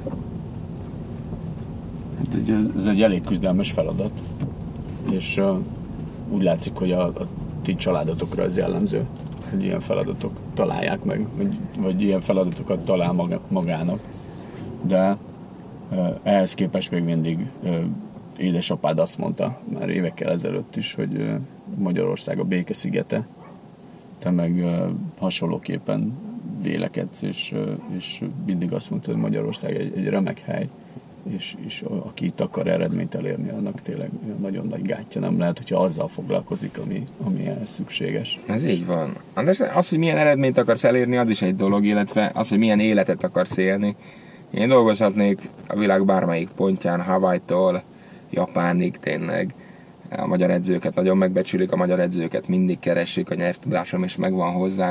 Hát ez egy elég küzdelmes feladat, és úgy látszik, hogy a ti családotokra ez jellemző, hogy ilyen feladatok találják meg, vagy ilyen feladatokat talál magának. De ehhez képest még mindig édesapád azt mondta, már évekkel ezelőtt is, hogy Magyarország a béke szigete. Te meg hasonlóképpen vélekedsz, és mindig azt mondta, hogy Magyarország egy remek hely, és aki itt akar eredményt elérni, annak tényleg nagyon nagy gátja nem lehet, hogyha azzal foglalkozik, ami ehhez szükséges. Ez így van. De az, hogy milyen eredményt akarsz elérni, az is egy dolog, illetve az, hogy milyen életet akarsz élni. Én dolgozhatnék a világ bármelyik pontján, Hawaii-tól Japánig tényleg. A magyar edzőket nagyon megbecsülik, a magyar edzőket mindig keresik, a nyelvtudásom is megvan hozzá,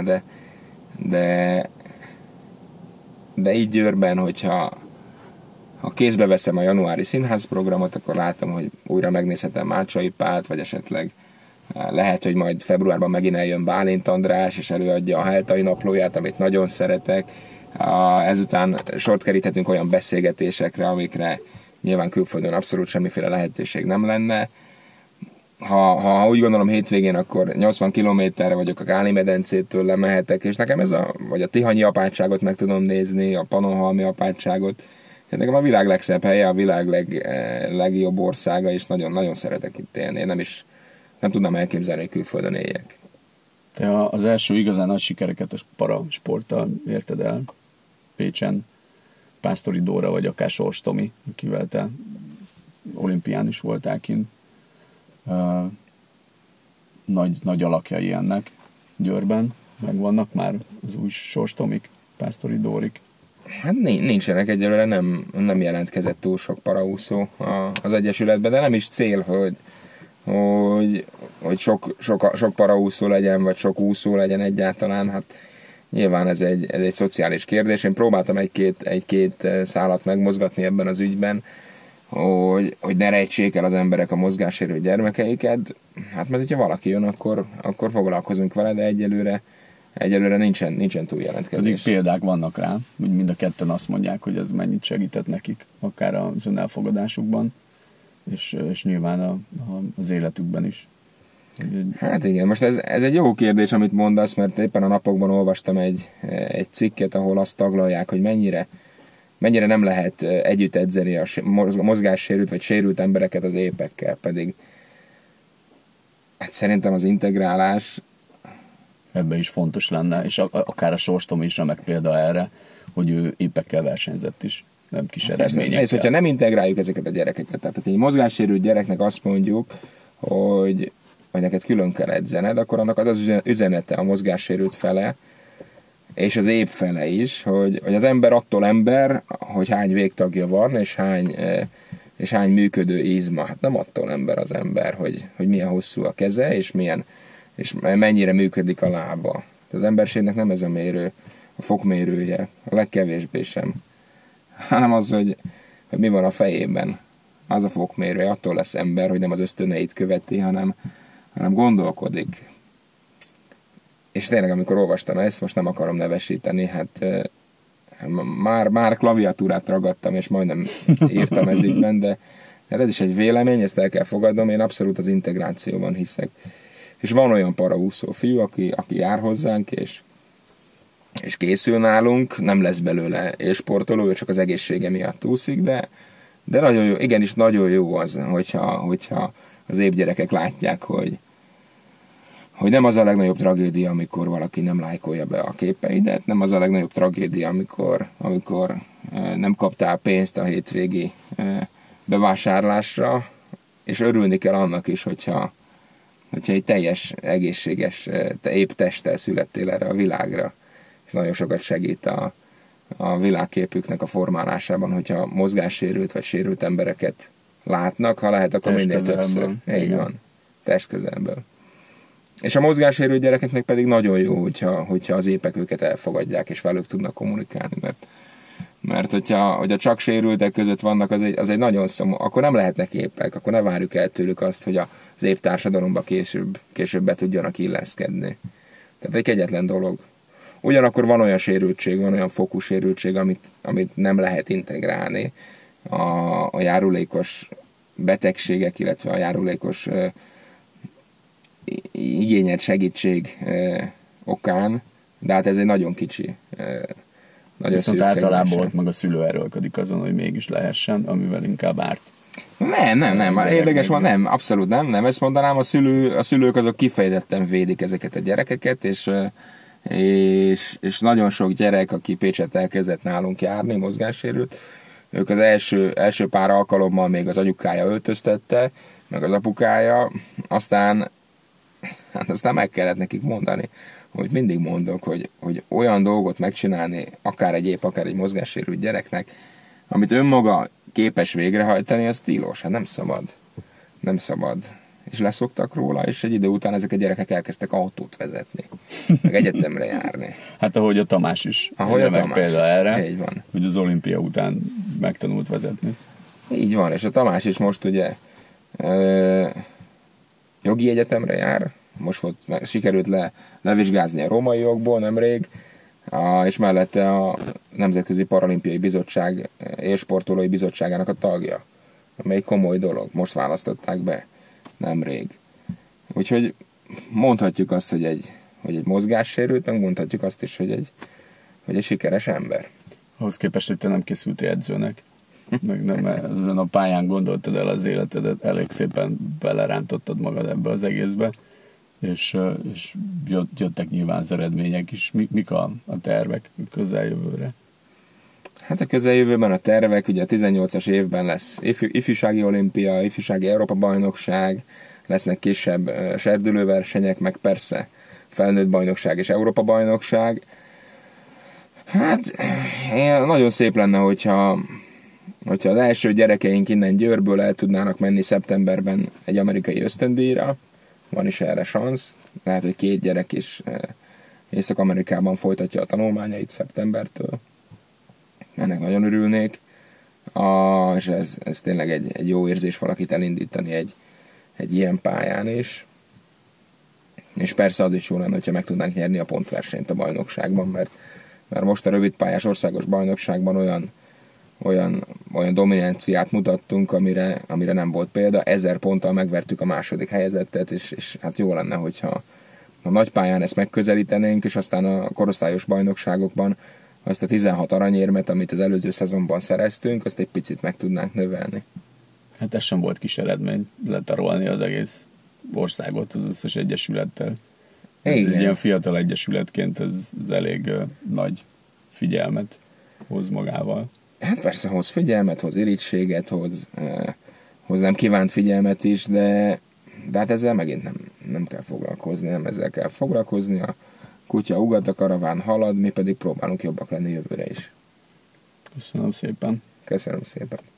de így Győrben, hogyha kézbe veszem a januári színházprogramot, akkor látom, hogy újra megnézhetem Mácsai Pált, vagy esetleg lehet, hogy majd februárban megint eljön Bálint András, és előadja a Heltai naplóját, amit nagyon szeretek. Ezután sort keríthetünk olyan beszélgetésekre, amikre nyilván külföldön abszolút semmiféle lehetőség nem lenne. Ha úgy gondolom hétvégén, akkor 80 kilométerre vagyok a Káli-medencétől, lemehetek, és nekem vagy a Tihanyi apátságot meg tudom nézni, a Pannonhalmi apátságot. Ez nekem a világ legszebb helye, a világ legjobb országa, és nagyon-nagyon szeretek itt élni. Én nem tudnám elképzelni, hogy külföldön éljek. Te az első igazán nagy sikereket a parasporttal érted el Pécsen, Pásztori Dóra, vagy akár Sors Tomi, akivel te olimpián is voltál kint. Nagy alakjai ennek Győrben megvannak már az új Sors Tomik, Pásztori Dórik. Hát nincsenek egyelőre, nem jelentkezett túl sok paraúszó az Egyesületben, de nem is cél, hogy sok paraúszó legyen, vagy sok úszó legyen egyáltalán. Hát nyilván ez egy szociális kérdés. Én próbáltam egy-két szálat megmozgatni ebben az ügyben, hogy ne rejtsék el az emberek a mozgássérült gyermekeiket. Hát mert hogyha valaki jön, akkor foglalkozunk vele, de egyelőre nincsen túl jelentkezés. Pedig példák vannak rá, hogy mind a ketten azt mondják, hogy ez mennyit segített nekik, akár az önelfogadásukban, és nyilván az életükben is. Hát igen, most ez egy jó kérdés, amit mondasz, mert éppen a napokban olvastam egy cikket, ahol azt taglalják, hogy mennyire nem lehet együtt edzeni a mozgássérült vagy sérült embereket az épekkel, pedig hát szerintem az integrálás ebbe is fontos lenne, és akár a Sors Tomi is remek példa erre, hogy ő épekkel versenyzett is, nem kis eredményekkel. És hogyha nem integráljuk ezeket a gyerekeket, tehát egy mozgássérült gyereknek azt mondjuk, hogy neked külön kell edzened, akkor annak az üzenete a mozgássérült fele, és az ép fele is, hogy az ember attól ember, hogy hány végtagja van, és hány működő izma. Hát nem attól ember az ember, hogy milyen hosszú a keze, és mennyire működik a lába. Az emberségnek nem ez a mérő, a fokmérője, a legkevésbé sem. Hanem az, hogy mi van a fejében. Az a fokmérője, attól lesz ember, hogy nem az ösztöneit követi, hanem gondolkodik. És tényleg, amikor olvastam ezt, most nem akarom nevesíteni, hát már klaviatúrát ragadtam, és majdnem írtam ez ügyben, de ez is egy vélemény, ezt el kell fogadnom, én abszolút az integrációban hiszek. És van olyan paraúszó fiú, aki jár hozzánk, és készül nálunk, nem lesz belőle élsportoló, csak az egészsége miatt úszik, de nagyon jó, igenis nagyon jó az, hogyha az épp gyerekek látják, hogy nem az a legnagyobb tragédia, amikor valaki nem lájkolja be a képeidet, nem az a legnagyobb tragédia, amikor nem kaptál pénzt a hétvégi bevásárlásra, és örülni kell annak is, hogyha egy teljes, egészséges, épp testtel születtél erre a világra, és nagyon sokat segít a világképüknek a formálásában, hogyha mozgássérült vagy sérült embereket látnak, ha lehet, akkor minél többször. Így van, testközelből. És a mozgássérült gyerekeknek pedig nagyon jó, hogyha az épek őket elfogadják, és velük tudnak kommunikálni, mert hogyha csak sérültek között vannak, az egy nagyon szomorú, akkor nem lehetnek épek, akkor ne várjuk el tőlük azt, hogy az ép társadalomba később be tudjanak illeszkedni. Tehát egy kegyetlen dolog. Ugyanakkor van olyan sérültség, van olyan fokú sérültség, amit nem lehet integrálni a járulékos betegségek, illetve a járulékos igényelt segítség okán, de hát ez egy nagyon kicsi. Viszont általában ott meg a szülő erőlködik azon, hogy mégis lehessen, amivel inkább árt. Nem. Érdekes van, nem, abszolút nem. Ezt mondanám, a szülők azok kifejezetten védik ezeket a gyerekeket, és nagyon sok gyerek, aki Pécset elkezdett nálunk járni, mozgássérült, ők az első pár alkalommal még az anyukája öltöztette, meg az apukája, aztán meg kellett nekik mondani, hogy mindig mondok, hogy olyan dolgot megcsinálni, akár egy ép, akár egy mozgássérült gyereknek, amit önmaga képes végrehajtani, az tilos, hát nem szabad. És leszoktak róla, és egy idő után ezek a gyerekek elkezdtek autót vezetni, meg egyetemre járni. Hát ahogy a Tamás is. Ahogy a Tamás példa is. Erre, így van. Hogy az olimpia után megtanult vezetni. Így van, és a Tamás is most ugye jogi egyetemre jár, most sikerült levizsgázni a római jogból nemrég, és mellette a Nemzetközi Paralimpiai Bizottság élsportolói bizottságának a tagja, amely komoly dolog, most választották be nemrég. Úgyhogy mondhatjuk azt, hogy egy mozgássérült, meg mondhatjuk azt is, hogy egy sikeres ember. Ahhoz képest, hogy te nem készültél edzőnek, meg nem ezen a pályán gondoltad el az életedet, elég szépen belerántottad magad ebbe az egészbe, és jöttek nyilván az eredmények is. Mik a tervek közeljövőre? Hát a közeljövőben a tervek, ugye a 18-as évben lesz ifjúsági olimpia, ifjúsági Európa-bajnokság, lesznek kisebb serdülőversenyek, meg persze felnőtt bajnokság és Európa-bajnokság. Hát nagyon szép lenne, hogyha az első gyerekeink innen Győrből el tudnának menni szeptemberben egy amerikai ösztöndíjra, van is erre szansz, lehet, hogy 2 gyerek is Észak-Amerikában folytatja a tanulmányait szeptembertől. Ennek nagyon örülnék. És ez tényleg egy jó érzés valakit elindítani egy ilyen pályán is. És persze az is jó lenne, hogyha meg tudnánk nyerni a pontversenyt a bajnokságban, mert most a rövidpályás országos bajnokságban olyan dominanciát mutattunk, amire nem volt példa. 1000 ponttal megvertük a második helyezettet, és hát jó lenne, hogyha a nagypályán ezt megközelítenénk, és aztán a korosztályos bajnokságokban azt a 16 aranyérmet, amit az előző szezonban szereztünk, azt egy picit meg tudnánk növelni. Hát ez sem volt kis eredmény, letarolni az egész országot az összes egyesülettel. Igen. Egy ilyen fiatal egyesületként ez elég nagy figyelmet hoz magával. Hát persze hoz figyelmet, hoz irítséget, hoz nem kívánt figyelmet is, de hát ezzel megint nem kell foglalkozni, nem ezzel kell foglalkozni. A kutya ugat, a karaván halad, mi pedig próbálunk jobbak lenni jövőre is. Köszönöm szépen. Köszönöm szépen.